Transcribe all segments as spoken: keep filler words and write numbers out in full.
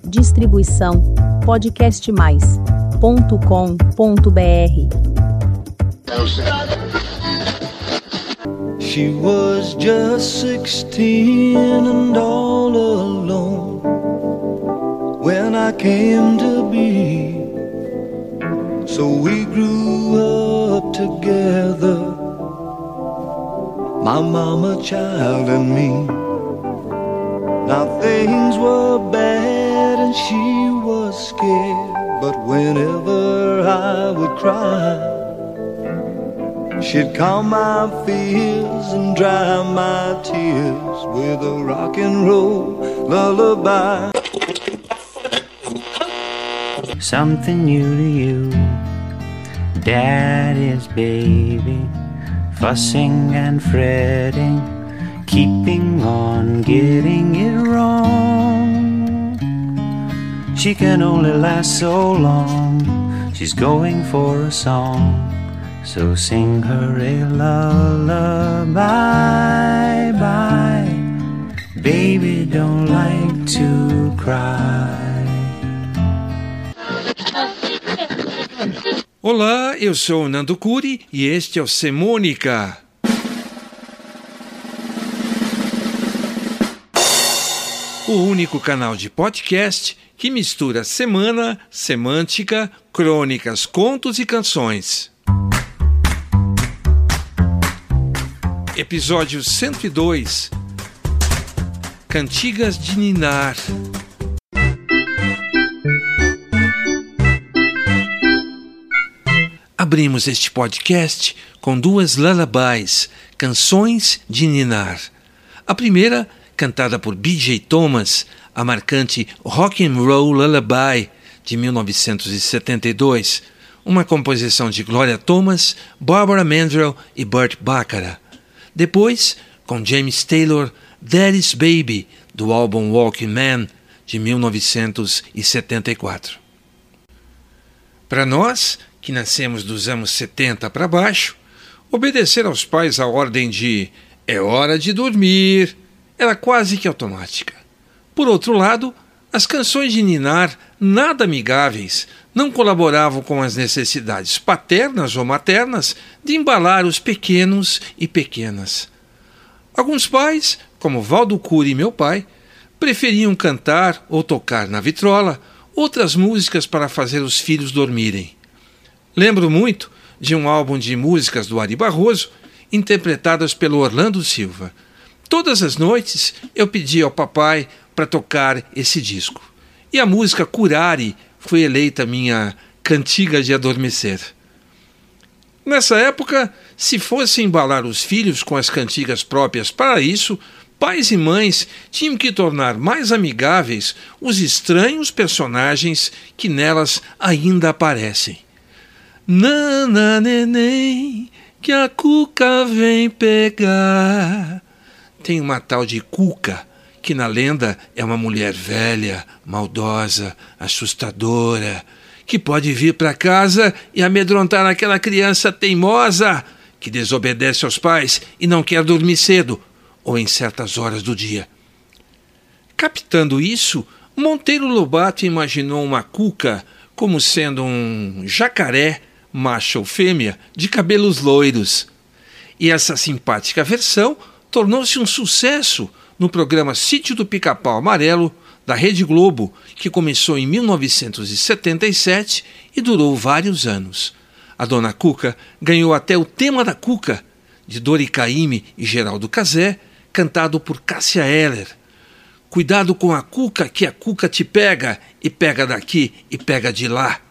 Distribuição podcast mais ponto com ponto b r. She was just sixteen and all alone when I came to be. So we grew up together, my mama, child, and me. Now things were bad and she was scared, but whenever I would cry, she'd calm my fears and dry my tears with a rock and roll lullaby. Something new to you, Daddy's baby, fussing and fretting, keeping on getting it wrong. She can only last so long, she's going for a song, so sing her a lullaby, bye. Baby don't like to cry. Olá, eu sou o Nando Curi e este é o Semônica. O único canal de podcast que mistura semana, semântica, crônicas, contos e canções. Episódio cento e dois. Cantigas de Ninar. Abrimos este podcast com duas lullabies, canções de ninar. A primeira, cantada por B J Thomas, a marcante Rock and Roll Lullaby, de mil novecentos e setenta e dois, uma composição de Gloria Thomas, Barbara Mandrell e Burt Bacharach. Depois, com James Taylor, Daddy's Baby, do álbum Walking Man, de mil novecentos e setenta e quatro. Para nós, que nascemos dos anos setenta para baixo, obedecer aos pais a ordem de "é hora de dormir" era quase que automática. Por outro lado, as canções de ninar, nada amigáveis, não colaboravam com as necessidades paternas ou maternas de embalar os pequenos e pequenas. Alguns pais, como Valdo Cury e meu pai, preferiam cantar ou tocar na vitrola outras músicas para fazer os filhos dormirem. Lembro muito de um álbum de músicas do Ari Barroso, interpretadas pelo Orlando Silva. Todas as noites eu pedia ao papai para tocar esse disco. E a música Curare foi eleita minha cantiga de adormecer. Nessa época, se fosse embalar os filhos com as cantigas próprias para isso, pais e mães tinham que tornar mais amigáveis os estranhos personagens que nelas ainda aparecem. Nana neném, que a Cuca vem pegar. Tem uma tal de Cuca, que na lenda é uma mulher velha, maldosa, assustadora, que pode vir para casa e amedrontar aquela criança teimosa que desobedece aos pais e não quer dormir cedo, ou em certas horas do dia. Captando isso, Monteiro Lobato imaginou uma Cuca como sendo um jacaré, macho ou fêmea, de cabelos loiros. E essa simpática versão tornou-se um sucesso no programa Sítio do Pica-Pau Amarelo, da Rede Globo, que começou em mil novecentos e setenta e sete e durou vários anos. A Dona Cuca ganhou até o tema da Cuca, de Dori Caymmi e Geraldo Cazé, cantado por Cássia Eller. Cuidado com a Cuca, que a Cuca te pega, e pega daqui e pega de lá.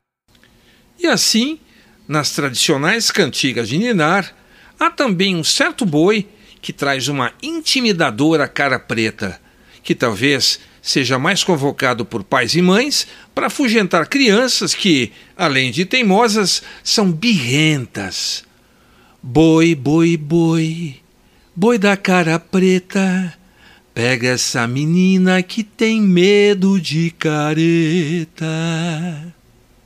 E assim, nas tradicionais cantigas de ninar, há também um certo boi que traz uma intimidadora cara preta, que talvez seja mais convocado por pais e mães para afugentar crianças que, além de teimosas, são birrentas. Boi, boi, boi, boi da cara preta, pega essa menina que tem medo de careta.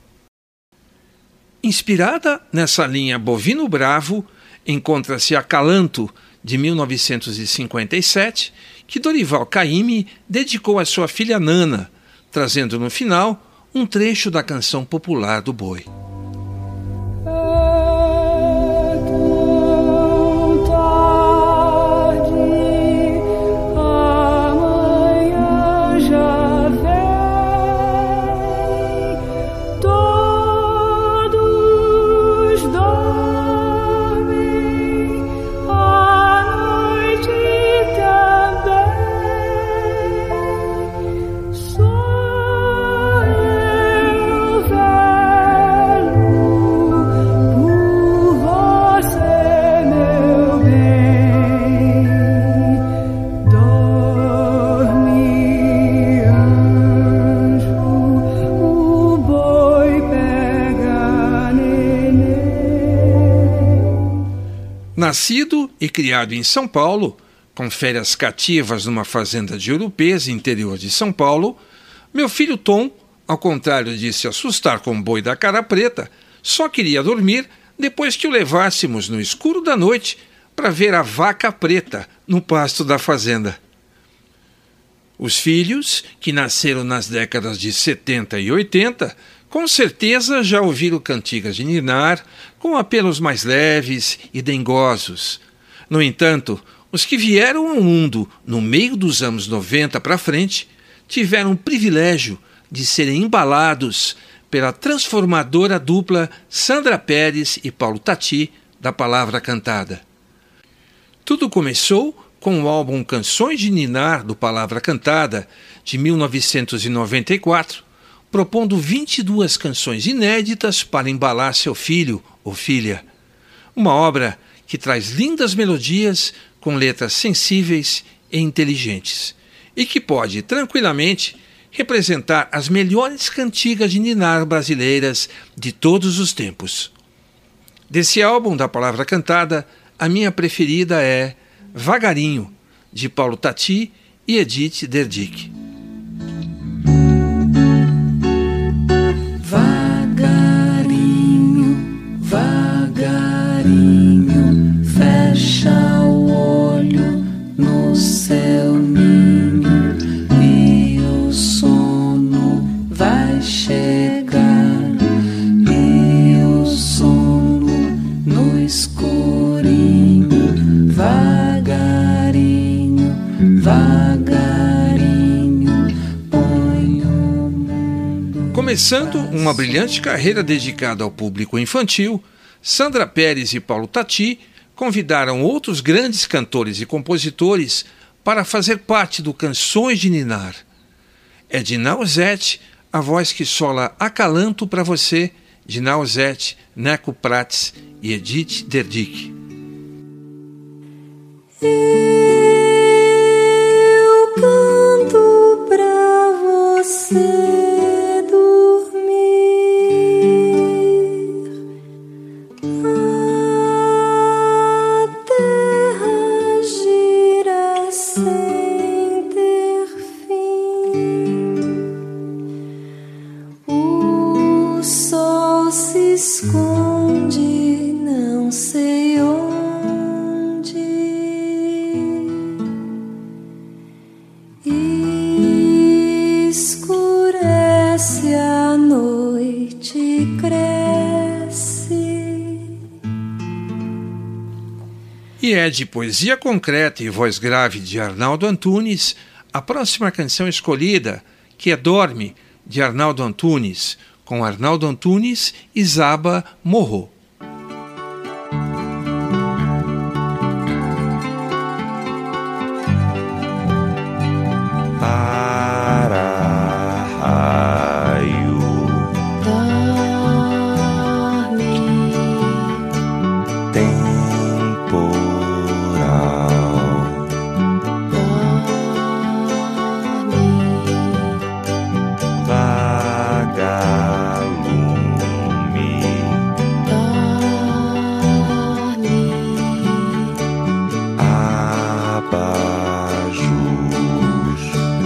Inspirada nessa linha Bovino Bravo, encontra-se Acalanto, de mil novecentos e cinquenta e sete, que Dorival Caymmi dedicou à sua filha Nana, trazendo no final um trecho da canção popular do boi. Nascido e criado em São Paulo, com férias cativas numa fazenda de Urupês, interior de São Paulo, meu filho Tom, ao contrário de se assustar com o boi da cara preta, só queria dormir depois que o levássemos no escuro da noite para ver a vaca preta no pasto da fazenda. Os filhos, que nasceram nas décadas de setenta e oitenta, com certeza já ouviram cantigas de ninar com apelos mais leves e dengosos. No entanto, os que vieram ao mundo no meio dos anos noventa para frente tiveram o privilégio de serem embalados pela transformadora dupla Sandra Pérez e Paulo Tati da Palavra Cantada. Tudo começou com o álbum Canções de Ninar do Palavra Cantada, de mil novecentos e noventa e quatro, propondo vinte e duas canções inéditas para embalar seu filho ou filha. Uma obra que traz lindas melodias com letras sensíveis e inteligentes, e que pode tranquilamente representar as melhores cantigas de ninar brasileiras de todos os tempos. Desse álbum da Palavra Cantada, a minha preferida é Vagarinho, de Paulo Tati e Edith Derdick. Vagarinho, vagarinho, fecha o olho no seu ninho e o sono vai chegar, e o sono no escurinho, vagarinho, vagarinho, põe o mundo. Começando uma brilhante carreira dedicada ao público infantil, Sandra Pérez e Paulo Tati convidaram outros grandes cantores e compositores para fazer parte do Canções de Ninar. É de Nausete, a voz que sola Acalanto para você, de Nausete, Neco Prates e Edith Derdick. Eu canto pra você esconde, não sei onde, escurece, a noite cresce. E é de poesia concreta e voz grave de Arnaldo Antunes a próxima canção escolhida, que é Dorme, de Arnaldo Antunes, com Arnaldo Antunes e Zaba Morro. Para-raio, Dorme, temporal, dorme, vagalume, dorme, abajur.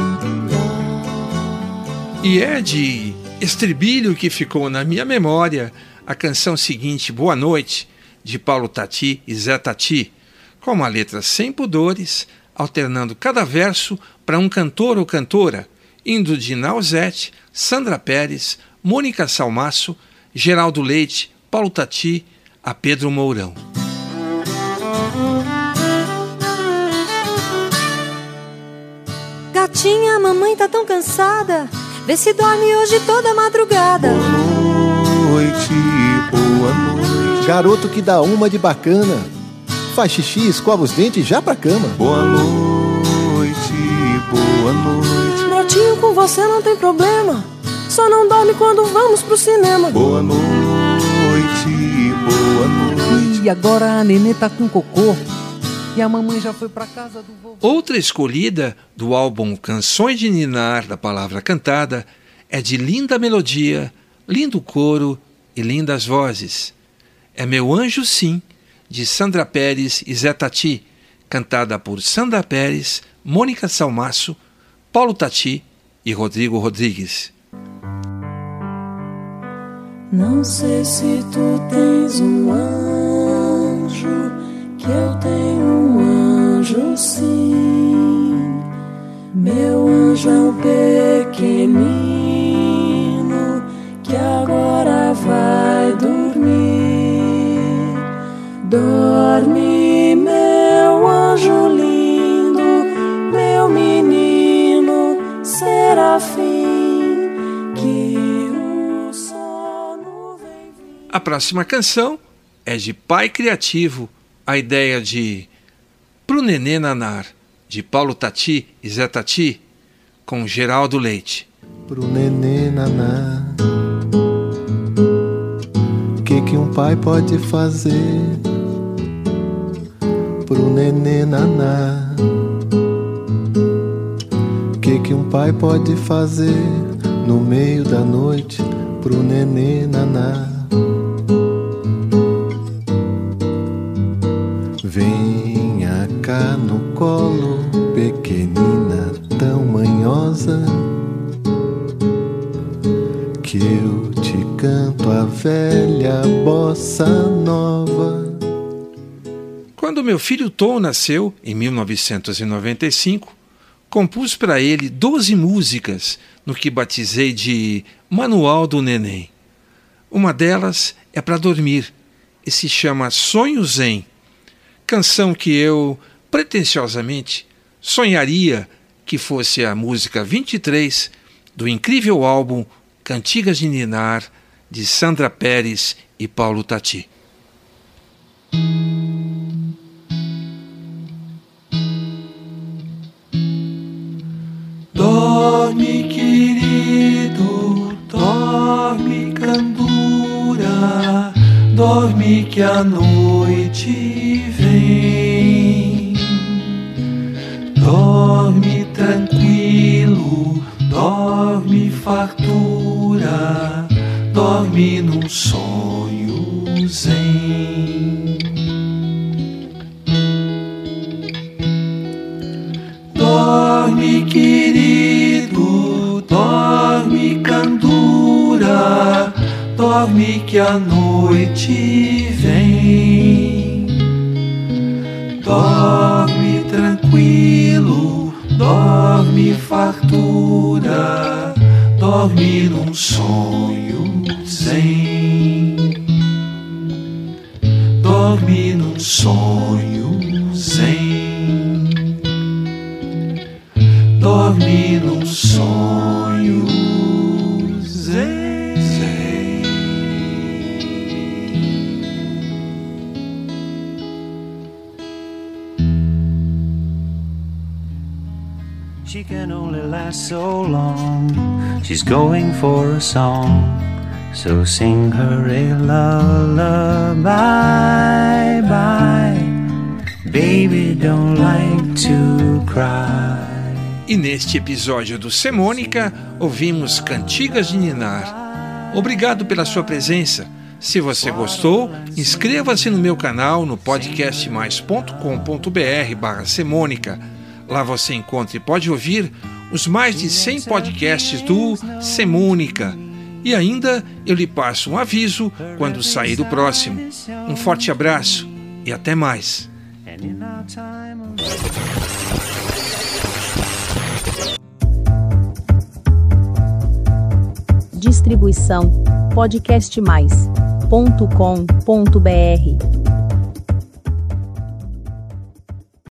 E é de estribilho que ficou na minha memória a canção seguinte, Boa Noite, de Paulo Tati e Zé Tati, com uma letra sem pudores, alternando cada verso para um cantor ou cantora, indo de Nausete, Sandra Pérez, Mônica Salmaço, Geraldo Leite, Paulo Tati, a Pedro Mourão. Gatinha, a mamãe tá tão cansada. Vê se dorme hoje toda madrugada. Boa noite, boa noite. Garoto que dá uma de bacana. Faz xixi, escova os dentes e já pra cama. Boa noite, boa noite. Brotinho, com você não tem problema. Só não dorme quando vamos pro cinema. Boa noite, boa noite. E agora a nenê tá com cocô. E a mamãe já foi pra casa do vovô. Outra escolhida do álbum Canções de Ninar da Palavra Cantada é de linda melodia, lindo coro e lindas vozes. É Meu Anjo Sim, de Sandra Pérez e Zé Tati, cantada por Sandra Pérez, Mônica Salmaço, Paulo Tati e Rodrigo Rodrigues. Não sei se tu tens um anjo, que eu tenho um anjo sim. Meu anjo é um pequenino que agora vai dormir. Dorme, meu anjo lindo, meu menino serafim, que o sono vem vir. A próxima canção é de Pai Criativo, a ideia de Pro Nenê Nanar, de Paulo Tati e Zé Tati, com Geraldo Leite. Pro nenê naná, o que que um pai pode fazer? Pro nenê naná, o que que um pai pode fazer no meio da noite? Pro nenê naná. Venha cá no colo, pequenina tão manhosa, que eu te canto a velha bossa nova. Quando meu filho Tom nasceu, em mil novecentos e noventa e cinco, compus para ele doze músicas no que batizei de Manual do Neném. Uma delas é para dormir e se chama Sonho Zen, canção que eu, pretensiosamente, sonharia que fosse a música vinte e três do incrível álbum Cantigas de Ninar, de Sandra Pérez e Paulo Tati. Dorme, querido, dorme, candura, dorme que a noite vem. Dorme tranquilo, dorme fartura, dorme num sonho zen. Dorme, querido, dorme, candura, dorme que a noite vem. Dorme tranquilo, dorme fartura, dorme num sonho zen. Dorme num sonho zen. Dorme num sonho zen, zen. She can only last so long. She's going for a song. So sing her a lullaby. Bye. Baby don't like to cry. E neste episódio do Semônica, ouvimos Cantigas de Ninar. Obrigado pela sua presença. Se você gostou, inscreva-se no meu canal no podcast mais ponto com ponto br barra Semônica. Lá você encontra e pode ouvir os mais de cem podcasts do Semônica. E ainda eu lhe passo um aviso quando sair o próximo. Um forte abraço e até mais. Distribuição podcast mais ponto com ponto br.